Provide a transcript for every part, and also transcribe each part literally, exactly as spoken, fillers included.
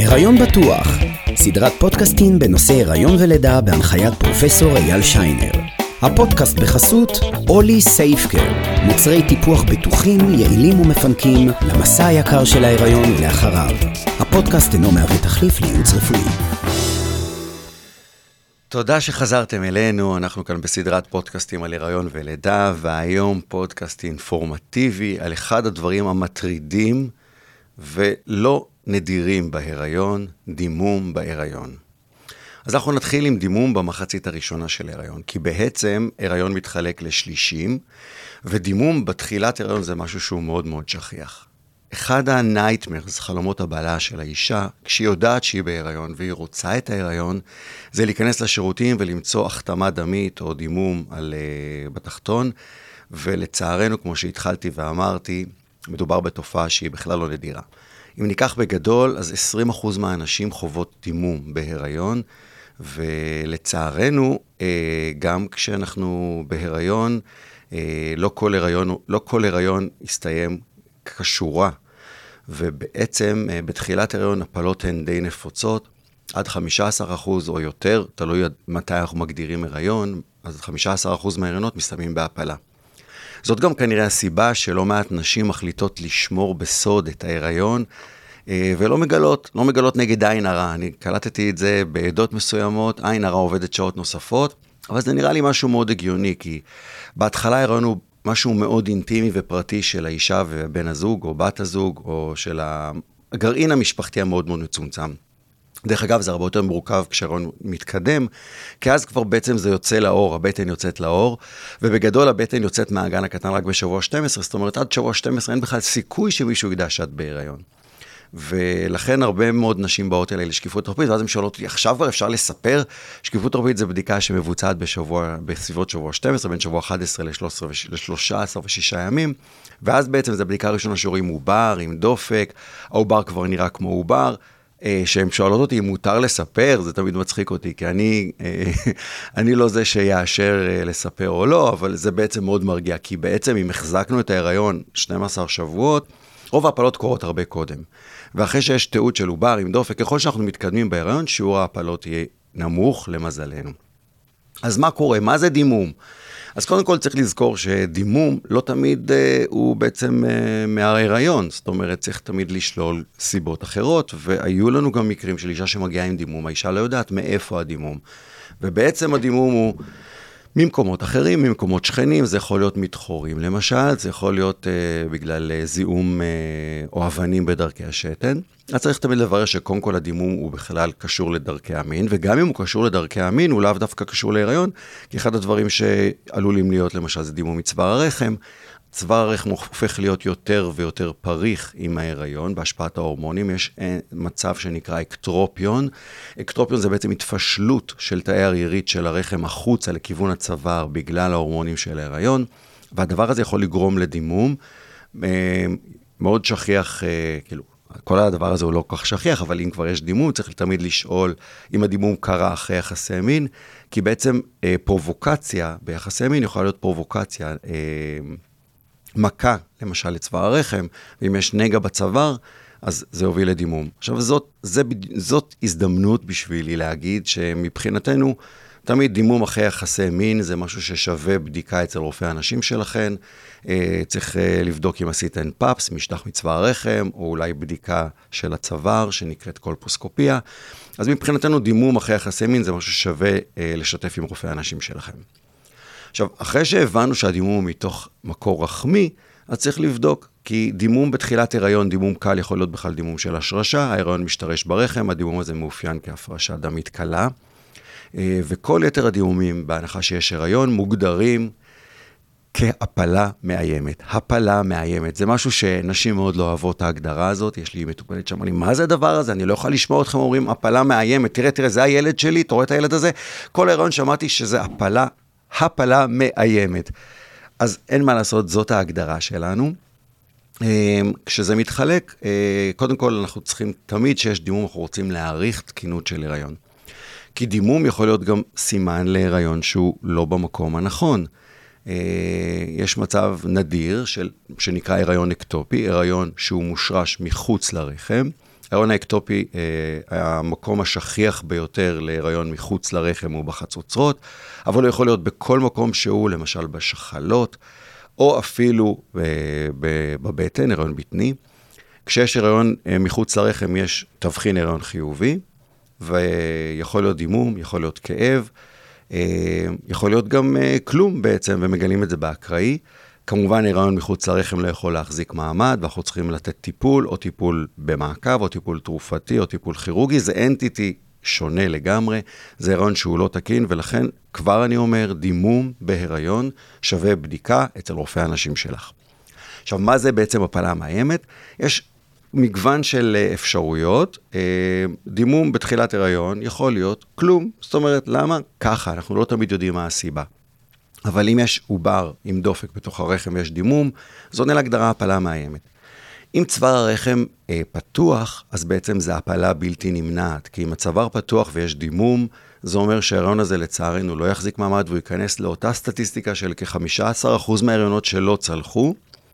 הריון בטוח, סדרת פודקאסטים בנושא הריון ולידה בהנחיית פרופסור אייל שיינר. הפודקאסט בחסות אולי סייפקר, מוצרי טיפוח בטוחים, יעילים ומפנקים למסע היקר של ההיריון ולאחריו. הפודקאסט אינו מהווה תחליף לייעוץ רפואי. תודה שחזרתם אלינו, אנחנו כאן בסדרת פודקאסטים על הריון ולידה, והיום פודקאסט אינפורמטיבי על אחד הדברים המטרידים ולא נדירים בהיריון, דימום בהיריון. אז אנחנו נתחיל עם דימום במחצית הראשונה של הריון, כי בעצם הריון מתחלק לשלישים, ודימום בתחילת הריון זה משהו שהוא מאוד מאוד שכיח. אחד הנייטמרס, חלומות הבעלה של האישה, כשהיא יודעת שהיא בהיריון והיא רוצה את ההיריון, זה להיכנס לשירותים ולמצוא החתמה דמית או דימום על, uh, בתחתון, ולצערנו, כמו שהתחלתי ואמרתי, מדובר בתופעה שהיא בכלל לא נדירה. אם ניקח בגדול, אז עשרים אחוז מהאנשים חוות דימום בהיריון, ולצערנו, גם כשאנחנו בהיריון, לא כל הריון, לא כל הריון יסתיים כשורה, ובעצם בתחילת הריון הפלות הן די נפוצות, עד חמישה עשר אחוז או יותר, תלוי מתי אנחנו מגדירים הריון, אז חמישה עשר אחוז מההריונות מסתיימים בהפלה. זאת גם כנראה הסיבה שלא מעט נשים מחליטות לשמור בסוד את ההיריון, ולא מגלות, לא מגלות נגד עין הרע. אני קלטתי את זה בעדות מסוימות, עין הרע עובדת שעות נוספות, אבל זה נראה לי משהו מאוד הגיוני, כי בהתחלה ההיריון הוא משהו מאוד אינטימי ופרטי של האישה ובן הזוג, או בת הזוג, או של הגרעין המשפחתי המאוד מאוד מצומצם. דרך אגב, זה הרבה יותר מורכב כשההיריון מתקדם, כי אז כבר בעצם זה יוצא לאור, הבטן יוצאת לאור, ובגדול הבטן יוצאת מהאגן הקטן רק בשבוע שתים עשרה, זאת אומרת, עד שבוע שתים עשרה אין בכלל סיכוי שמישהו ידע שאת בהיריון. ולכן הרבה מאוד נשים באות אליי לשקיפות תרפית, ואז הם שואלות אותי, עכשיו כבר אפשר לספר? שקיפות תרפית זה בדיקה שמבוצעת בשבוע, בסביבות שבוע שתים עשרה, בין שבוע אחד עשרה ל-שלושה עשר ושישה ימים, ואז בעצם זו בדיקה הראשונה שרואים עובר, עם דופק, העובר כבר נראה כמו עובר, שהם שואלות אותי אם מותר לספר, זה תמיד מצחיק אותי, כי אני, אני לא זה שיאשר לספר או לא, אבל זה בעצם מאוד מרגיע, כי בעצם אם החזקנו את ההיריון שנים עשר שבועות, רוב ההפלות קורות הרבה קודם. ואחרי שיש תיעוד של עובר עם דופק, ככל שאנחנו מתקדמים בהיריון, שיעור ההפלות יהיה נמוך למזלנו. אז מה קורה? מה זה דימום? אז קודם כל צריך לזכור שדימום לא תמיד אה, הוא בעצם אה, מההיריון, זאת אומרת צריך תמיד לשלול סיבות אחרות, והיו לנו גם מקרים של אישה שמגיעה עם דימום, האישה לא יודעת מאיפה הדימום, ובעצם הדימום הוא ממקומות אחרים, ממקומות שכנים, זה יכול להיות מתחורים למשל, זה יכול להיות אה, בגלל אה, זיהום אה, או אבנים בדרכי השתן, אז צריך תמיד לברר שקודם כל הדימום הוא בכלל קשור לדרכי המין, וגם אם הוא קשור לדרכי המין, הוא לאו דווקא קשור להיריון, כי אחד הדברים שעלולים להיות למשל זה דימום מצוואר הרחם, צוואר הרחם הופך להיות יותר ויותר פריך עם ההיריון, בהשפעת ההורמונים יש מצב שנקרא אקטרופיון, אקטרופיון זה בעצם התפשלות של תאי הרירית של הרחם החוצה לכיוון הצוואר בגלל ההורמונים של ההיריון, והדבר הזה יכול לגרום לדימום, מאוד שכיח, כאילו, כל הדבר הזה הוא לא כל כך שכיח, אבל אם כבר יש דימום, צריך תמיד לשאול אם הדימום קרה אחרי יחסי מין, כי בעצם אה, פרובוקציה ביחסי מין יכולה להיות פרובוקציה, אה, מכה, למשל לצוואר הרחם, ואם יש נגע בצוואר, אז זה הוביל לדימום. עכשיו, זאת, זה, זאת הזדמנות בשבילי להגיד שמבחינתנו, תמיד דימום אחרי יחסי מין זה משהו ששווה בדיקה אצל רופאי הנשים שלכן, צריך לבדוק אם עשיתן פאפס, משטח מצוואר הרחם, או אולי בדיקה של הצוואר שנקראת קולפוסקופיה. אז מבחינתנו דימום אחרי יחסי מין זה משהו ששווה לשתף עם רופאי הנשים שלכם. עכשיו, אחרי שהבנו שהדימום הוא מתוך מקור רחמי, אז צריך לבדוק, כי דימום בתחילת הריון, דימום קל יכול להיות בכלל דימום של השרשה, ההיריון משתרש ברחם, הדימום הזה מאופיין כהפרשה דמית קלה, וכל יתר הדימומים, בהנחה שיש הריון, מוגדרים כהפלה מאיימת. הפלה מאיימת. זה משהו שנשים מאוד לא אוהבות ההגדרה הזאת. יש לי מטופלת שאמרה לי, מה זה הדבר הזה? אני לא יכול לשמוע אתכם אומרים, הפלה מאיימת. תראה, תראה, זה הילד שלי, אתה רואה את הילד הזה? כל ההיריון שמעתי שזה הפלה, הפלה מאיימת. אז אין מה לעשות, זאת ההגדרה שלנו. כשזה מתחלק, קודם כל אנחנו צריכים, תמיד שיש דימום, אנחנו רוצים להעריך תקינות של הריון. כי דימום יכול להיות גם סימן להיריון שהוא לא במקום הנכון. יש מצב נדיר של, שנקרא הריון אקטופי, הריון שהוא מושרש מחוץ לרחם, ההיריון האקטופי, המקום השכיח ביותר להיריון מחוץ לרחם הוא בחצוצרות, אבל הוא יכול להיות בכל מקום שהוא, למשל בשחלות, או אפילו בבטן, הריון בטני. כשיש הריון מחוץ לרחם, יש תבחין הריון חיובי, ויכול להיות דימום, יכול להיות כאב, יכול להיות גם כלום בעצם, ומגלים את זה באקראי. כמובן, הריון מחוץ לרחם לא יכול להחזיק מעמד, ואנחנו צריכים לתת טיפול, או טיפול במעקב, או טיפול תרופתי, או טיפול כירורגי. זה אנטיטי שונה לגמרי, זה הריון שהוא לא תקין, ולכן כבר אני אומר, דימום בהיריון שווה בדיקה אצל רופא הנשים שלך. עכשיו, מה זה בעצם הפלה מאיימת? יש מגוון של אפשרויות. דימום בתחילת הריון יכול להיות כלום. זאת אומרת, למה? ככה, אנחנו לא תמיד יודעים מה הסיבה. אבל אם יש עובר עם דופק בתוך הרחם ויש דימום, זו עונה להגדרה הפלה מאיימת. אם צוואר הרחם אה, פתוח, אז בעצם זה הפלה בלתי נמנעת, כי אם הצוואר פתוח ויש דימום, זה אומר שההיריון הזה לצערנו לא יחזיק מעמד, והוא ייכנס לאותה סטטיסטיקה של כ-חמישה עשר אחוז מההיריונות שלא צלחו,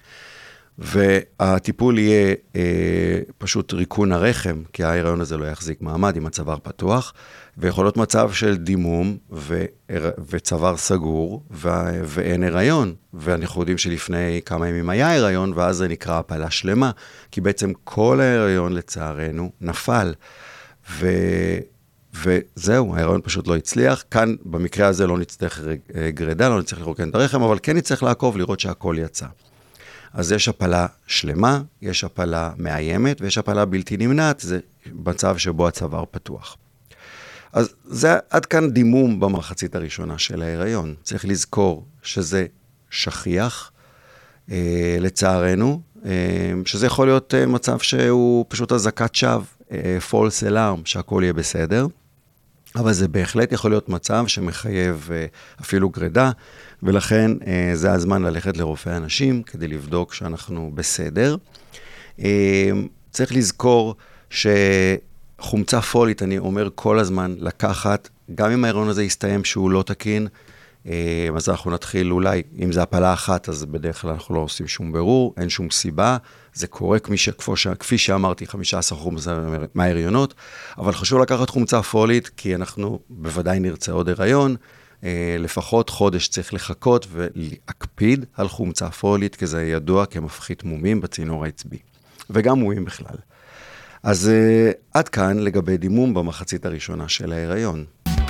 והטיפול יהיה אה, פשוט ריקון הרחם, כי ההיריון הזה לא יחזיק מעמד עם הצוואר פתוח, ויכול להיות מצב של דימום ו- וצוואר סגור, ו- ואין הריון, ואנחנו יודעים שלפני כמה ימים היה הריון, ואז זה נקרא הפלה שלמה, כי בעצם כל ההיריון לצערנו נפל, ו- וזהו, ההיריון פשוט לא הצליח. כאן במקרה הזה לא נצטרך גרידה, לא נצטרך לרוקן את הרחם, אבל כן נצטרך לעקוב לראות שהכל יצא. אז יש הפלה שלמה, יש הפלה מאיימת, ויש הפלה בלתי נמנעת, זה מצב שבו הצוואר פתוח. אז זה עד כאן דימום במחצית הראשונה של ההיריון. צריך לזכור שזה שכיח, אה, לצערנו, אה, שזה יכול להיות אה, מצב שהוא פשוט הזקת שווא, אה, false alarm, שהכל יהיה בסדר, אבל זה בהחלט יכול להיות מצב שמחייב אה, אפילו גרידה, ולכן אה, זה הזמן ללכת לרופא הנשים כדי לבדוק שאנחנו בסדר. אה, צריך לזכור ש... חומצה פולית, אני אומר כל הזמן לקחת, גם אם ההיריון הזה יסתיים שהוא לא תקין, אז אנחנו נתחיל אולי, אם זה הפלה אחת, אז בדרך כלל אנחנו לא עושים שום ברור, אין שום סיבה, זה קורה כפי, ש... כפי שאמרתי, חמישה עשר אחוז מההיריונות, אבל חשוב לקחת חומצה פולית, כי אנחנו בוודאי נרצה עוד הריון, לפחות חודש צריך לחכות ולהקפיד על חומצה פולית, כי זה ידוע כמפחית מומים בצינור העצבי, וגם מומים בכלל. אז uh, עד כאן לגבי דימום במחצית הראשונה של ההיריון.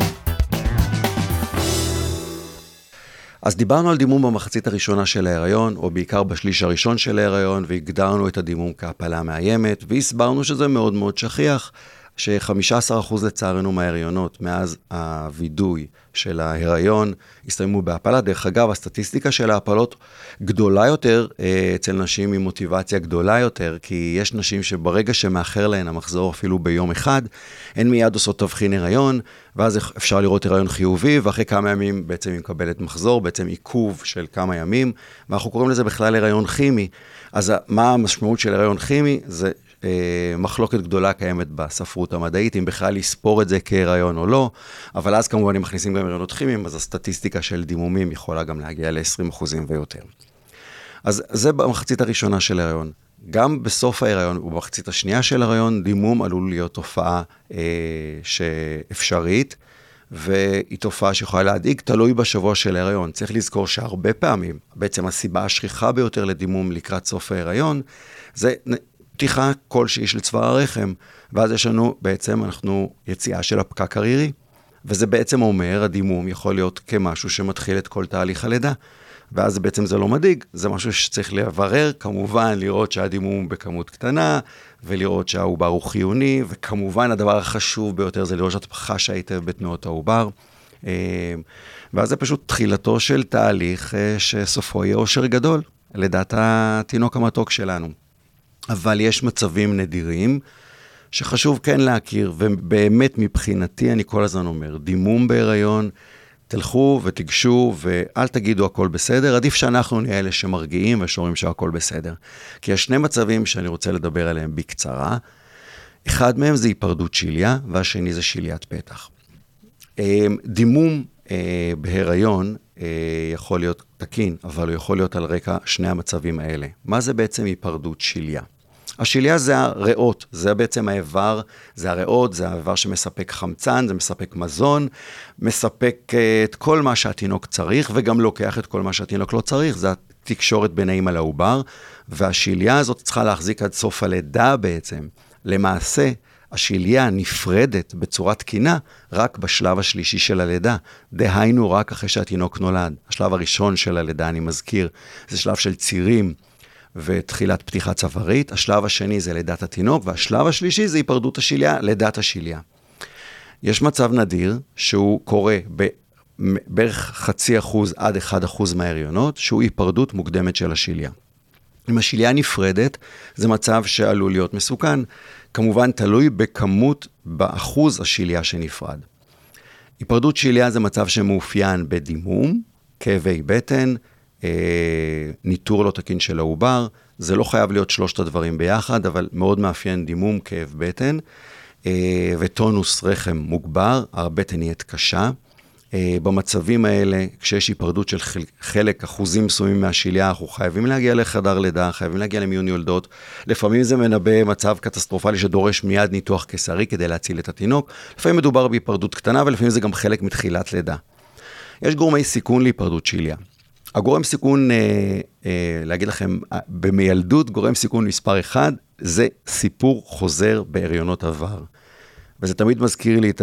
אז דיברנו על דימום במחצית הראשונה של ההיריון, או בעיקר בשליש הראשון של ההיריון, והגדרנו את הדימום כהפלה מאיימת, והסברנו שזה מאוד מאוד שכיח, ש-חמישה עשר אחוז לצערנו מההיריונות, מאז הווידוי של ההיריון, הסתיימו בהפלה. דרך אגב, הסטטיסטיקה של ההפלות גדולה יותר אצל נשים עם מוטיבציה גדולה יותר, כי יש נשים שברגע שמאחר להן המחזור אפילו ביום אחד, הן מיד עושות תבחין הריון, ואז אפשר לראות הריון חיובי, ואחרי כמה ימים בעצם היא מקבלת מחזור, בעצם עיכוב של כמה ימים, ואנחנו קוראים לזה בכלל הריון כימי. אז מה המשמעות של הריון כימי? זה מחלוקת גדולה קיימת בספרות המדעית, אם בכלל לספור את זה כהיריון או לא, אבל אז כמובן אם מכניסים גם הריונות כימיים, אז הסטטיסטיקה של דימומים יכולה גם להגיע ל-עשרים אחוז ויותר. אז זה במחצית הראשונה של ההיריון. גם בסוף ההיריון ובמחצית השנייה של ההיריון, דימום עלול להיות תופעה אה, שאפשרית, והיא תופעה שיכולה להדאיג, תלוי בשבוע של ההיריון. צריך לזכור שהרבה פעמים, בעצם הסיבה השכיחה ביותר לדימום לקראת סוף ההיריון, זה פתיחה כלשהי של צוואר הרחם, ואז יש לנו בעצם, אנחנו יציאה של הפקק הרירי, וזה בעצם אומר, הדימום יכול להיות כמשהו שמתחיל את כל תהליך הלידה, ואז בעצם זה לא מדאיג, זה משהו שצריך לברר, כמובן לראות שהדימום בכמות קטנה, ולראות שהעובר הוא חיוני, וכמובן הדבר החשוב ביותר זה לראות שאת חשה היטב בתנועות העובר, ואז זה פשוט תחילתו של תהליך שסופו יהיה אושר גדול, לידת התינוק המתוק שלנו. אבל יש מצבים נדירים שחשוב כן להכיר, ובאמת מבחינתי אני כל הזמן אומר, דימום בהיריון, תלכו ותיגשו ואל תגידו הכל בסדר, עדיף שאנחנו נהיה אלה שמרגיעים ושומרים שהכל בסדר. כי יש שני מצבים שאני רוצה לדבר עליהם בקצרה, אחד מהם זה היפרדות שיליה, והשני זה שיליית פתח. דימום בהיריון יכול להיות תקין, אבל הוא יכול להיות על רקע שני המצבים האלה. מה זה בעצם היפרדות שיליה? השיליה זה הריאות, זה בעצם האיבר, זה הריאות, זה האיבר שמספק חמצן, זה מספק מזון, מספק את כל מה שהתינוק צריך, וגם לוקח את כל מה שהתינוק לא צריך, זה התקשורת בין האמא לעובר, והשיליה הזאת צריכה להחזיק עד סוף הלידה בעצם. למעשה, השיליה נפרדת בצורה תקינה רק בשלב השלישי של הלידה. דהיינו רק אחרי שהתינוק נולד. השלב הראשון של הלידה, אני מזכיר, זה שלב של צירים ותחילת פתיחה צווארית. השלב השני זה לידת התינוק, והשלב השלישי זה היפרדות השיליה, לידת השיליה. יש מצב נדיר שהוא קורה בערך חצי אחוז עד אחד אחוז מההריונות, שהוא היפרדות מוקדמת של השיליה. אם השיליה נפרדת, זה מצב שעלול להיות מסוכן. כמובן תלוי בכמות, באחוז השיליה שנפרד. היפרדות שיליה זה מצב שמאופיין בדימום, כאבי בטן, אה, ניטור לא תקין של העובר, זה לא חייב להיות שלושת הדברים ביחד, אבל מאוד מאפיין דימום, כאב בטן, אה, וטונוס רחם מוגבר, הבטן נהיית קשה. במצבים האלה, כשיש היפרדות של חלק, אחוזים מסוימים מהשיליה, אנחנו חייבים להגיע לחדר לידה, חייבים להגיע למיון יולדות. לפעמים זה מנבא מצב קטסטרופלי שדורש מיד ניתוח קיסרי כדי להציל את התינוק. לפעמים מדובר בהיפרדות קטנה, ולפעמים זה גם חלק מתחילת לידה. יש גורמי סיכון להיפרדות שיליה. הגורם סיכון, אה, אה, להגיד לכם, במיילדות, גורם סיכון מספר אחד, זה סיפור חוזר בהריונות עבר. וזה תמיד מזכיר לי את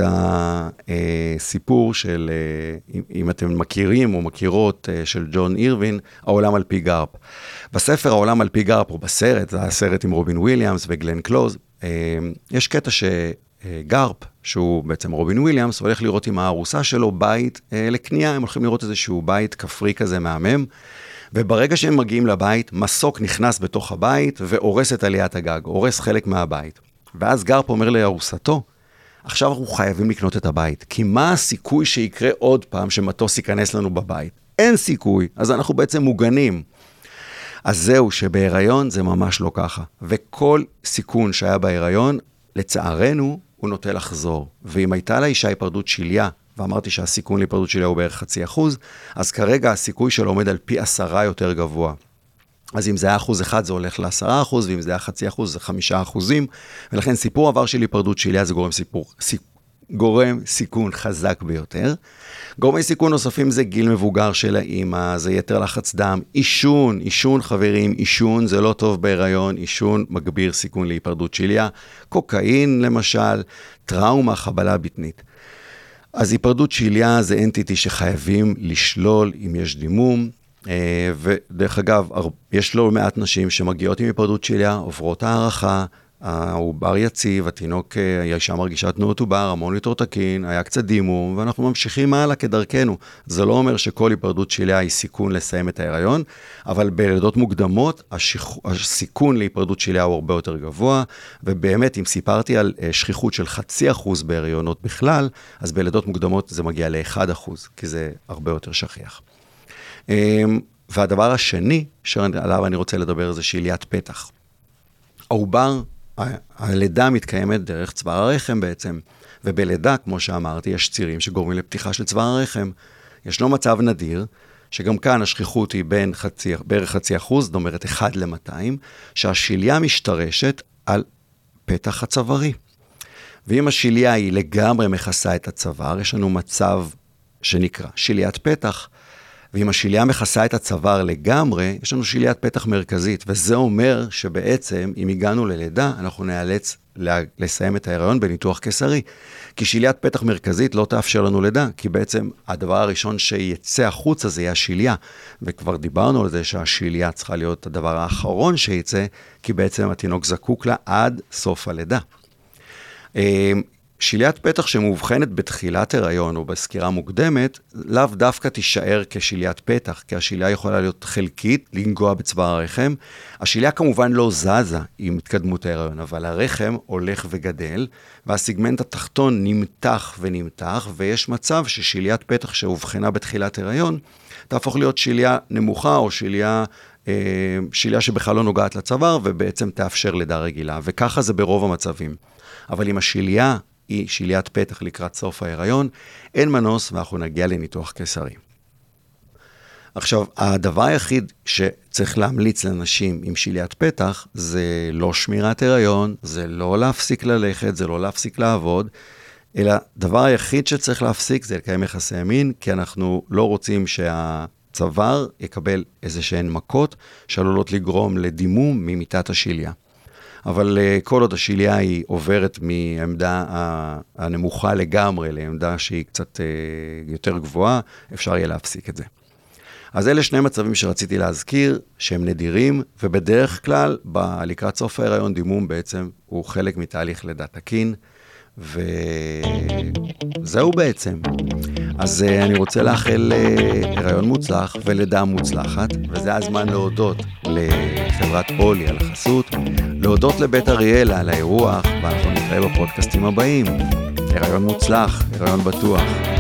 הסיפור של, אם אתם מכירים או מכירות, של ג'ון אירווין, העולם על פי גארפ. בספר העולם על פי גארפ, או בסרט, זה הסרט עם רובין וויליאמס וגלן קלוז, יש קטע שגארפ, שהוא בעצם רובין וויליאמס, הולך לראות עם הארוסה שלו בית לקנייה, הם הולכים לראות איזשהו בית כפרי כזה מהמם, וברגע שהם מגיעים לבית, מסוק נכנס בתוך הבית, והורס את עליית הגג, הורס חלק מהבית. ואז גארפ אומר לארוסתו, עכשיו אנחנו חייבים לקנות את הבית, כי מה הסיכוי שיקרה עוד פעם שמטוס ייכנס לנו בבית? אין סיכוי, אז אנחנו בעצם מוגנים. אז זהו, שבהיריון זה ממש לא ככה. וכל סיכון שהיה בהיריון, לצערנו, הוא נוטה לחזור. ואם הייתה לאישה היפרדות שיליה, ואמרתי שהסיכון להיפרדות שיליה הוא בערך חצי אחוז, אז כרגע הסיכוי שלו עומד על פי עשרה יותר גבוה. אז אם זה היה אחוז אחד, זה הולך לעשרה אחוז, ואם זה היה חצי אחוז, זה חמישה אחוזים, ולכן סיפור עבר של היפרדות שיליה זה גורם סיפור, סיק, גורם סיכון חזק ביותר. גורמי סיכון נוספים זה גיל מבוגר של האמא, זה יתר לחץ דם, עישון, עישון חברים, עישון זה לא טוב בהיריון, עישון מגביר סיכון להיפרדות שיליה, קוקאין למשל, טראומה, חבלה בטנית. אז היפרדות שיליה זה אנטיטי שחייבים לשלול אם יש דימום, ודרך אגב, יש לא מעט נשים שמגיעות עם היפרדות שיליה, עוברות הערכה, העובר יציב, התינוק, האישה מרגישה תנועות עובר, המוניטור תקין, היה קצת דימום, ואנחנו ממשיכים הלאה כדרכנו. זה לא אומר שכל היפרדות שיליה היא סיכון לסיים את ההיריון, אבל בלידות מוקדמות, השיח... הסיכון להיפרדות שיליה הוא הרבה יותר גבוה, ובאמת, אם סיפרתי על שכיחות של חצי אחוז בהריונות בכלל, אז בלידות מוקדמות זה מגיע לאחד אחוז, כי זה הרבה יותר שכיח. והדבר השני שעליו אני רוצה לדבר זה שיליית פתח. העובר, הלידה מתקיימת דרך צוואר הרחם בעצם, ובלידה, כמו שאמרתי, יש צירים שגורמים לפתיחה של צוואר הרחם. ישנו מצב נדיר, שגם כאן השכיחות היא בין חצי, בערך חצי אחוז, זאת אומרת אחד למאתיים, שהשיליה משתרשת על פתח הצווארי. ואם השיליה היא לגמרי מכסה את הצוואר, יש לנו מצב שנקרא שיליית פתח, ואם השיליה מכסה את הצוואר לגמרי, יש לנו שיליית פתח מרכזית, וזה אומר שבעצם, אם הגענו ללידה, אנחנו נאלץ לסיים את ההיריון בניתוח קיסרי. כי שיליית פתח מרכזית לא תאפשר לנו לידה, כי בעצם הדבר הראשון שיצא החוצה זה יהיה השיליה, וכבר דיברנו על זה שהשיליה צריכה להיות הדבר האחרון שיצא, כי בעצם התינוק זקוק לה עד סוף הלידה. שיליית פתח שמובחנת בתחילת הריון או בסקירה מוקדמת, לאו דווקא תישאר כשיליית פתח, כי השיליה יכולה להיות חלקית, לנגוע בצוואר הרחם. השיליה כמובן לא זזה עם התקדמות ההריון, אבל הרחם הולך וגדל, והסיגמנט התחתון נמתח ונמתח, ויש מצב ששיליית פתח שהובחנה בתחילת הריון, תהפוך להיות שיליה נמוכה או שיליה, אה, שיליה שבכלל לא נוגעת לצוואר, ובעצם תאפשר לידה רגילה, וככה זה ברוב המצבים. אבל אם השיליה היא שיליית פתח לקראת סוף ההיריון, אין מנוס ואנחנו נגיע לניתוח קיסרי. עכשיו, הדבר היחיד שצריך להמליץ לאנשים עם שליית פתח, זה לא שמירת הריון, זה לא להפסיק ללכת, זה לא להפסיק לעבוד, אלא דבר היחיד שצריך להפסיק זה לקיים יחסי מין, כי אנחנו לא רוצים שהצוואר יקבל איזה שהן מכות, שעלולות לגרום לדימום ממיטת השליה. אבל כל עוד השליה היא עוברת מעמדה הנמוכה לגמרי, לעמדה שהיא קצת יותר גבוהה, אפשר יהיה להפסיק את זה. אז אלה שני מצבים שרציתי להזכיר, שהם נדירים, ובדרך כלל, לקראת סוף ההיריון, דימום בעצם הוא חלק מתהליך לידה תקין, וזהו בעצם. אז אני רוצה לאחל הריון מוצלח ולידה מוצלחת, וזה הזמן להודות לחברת אולי על החסות, להודות לבית אריאלה על האירוח, ואנחנו נתראה בפודקאסטים הבאים. הריון מוצלח, הריון בטוח.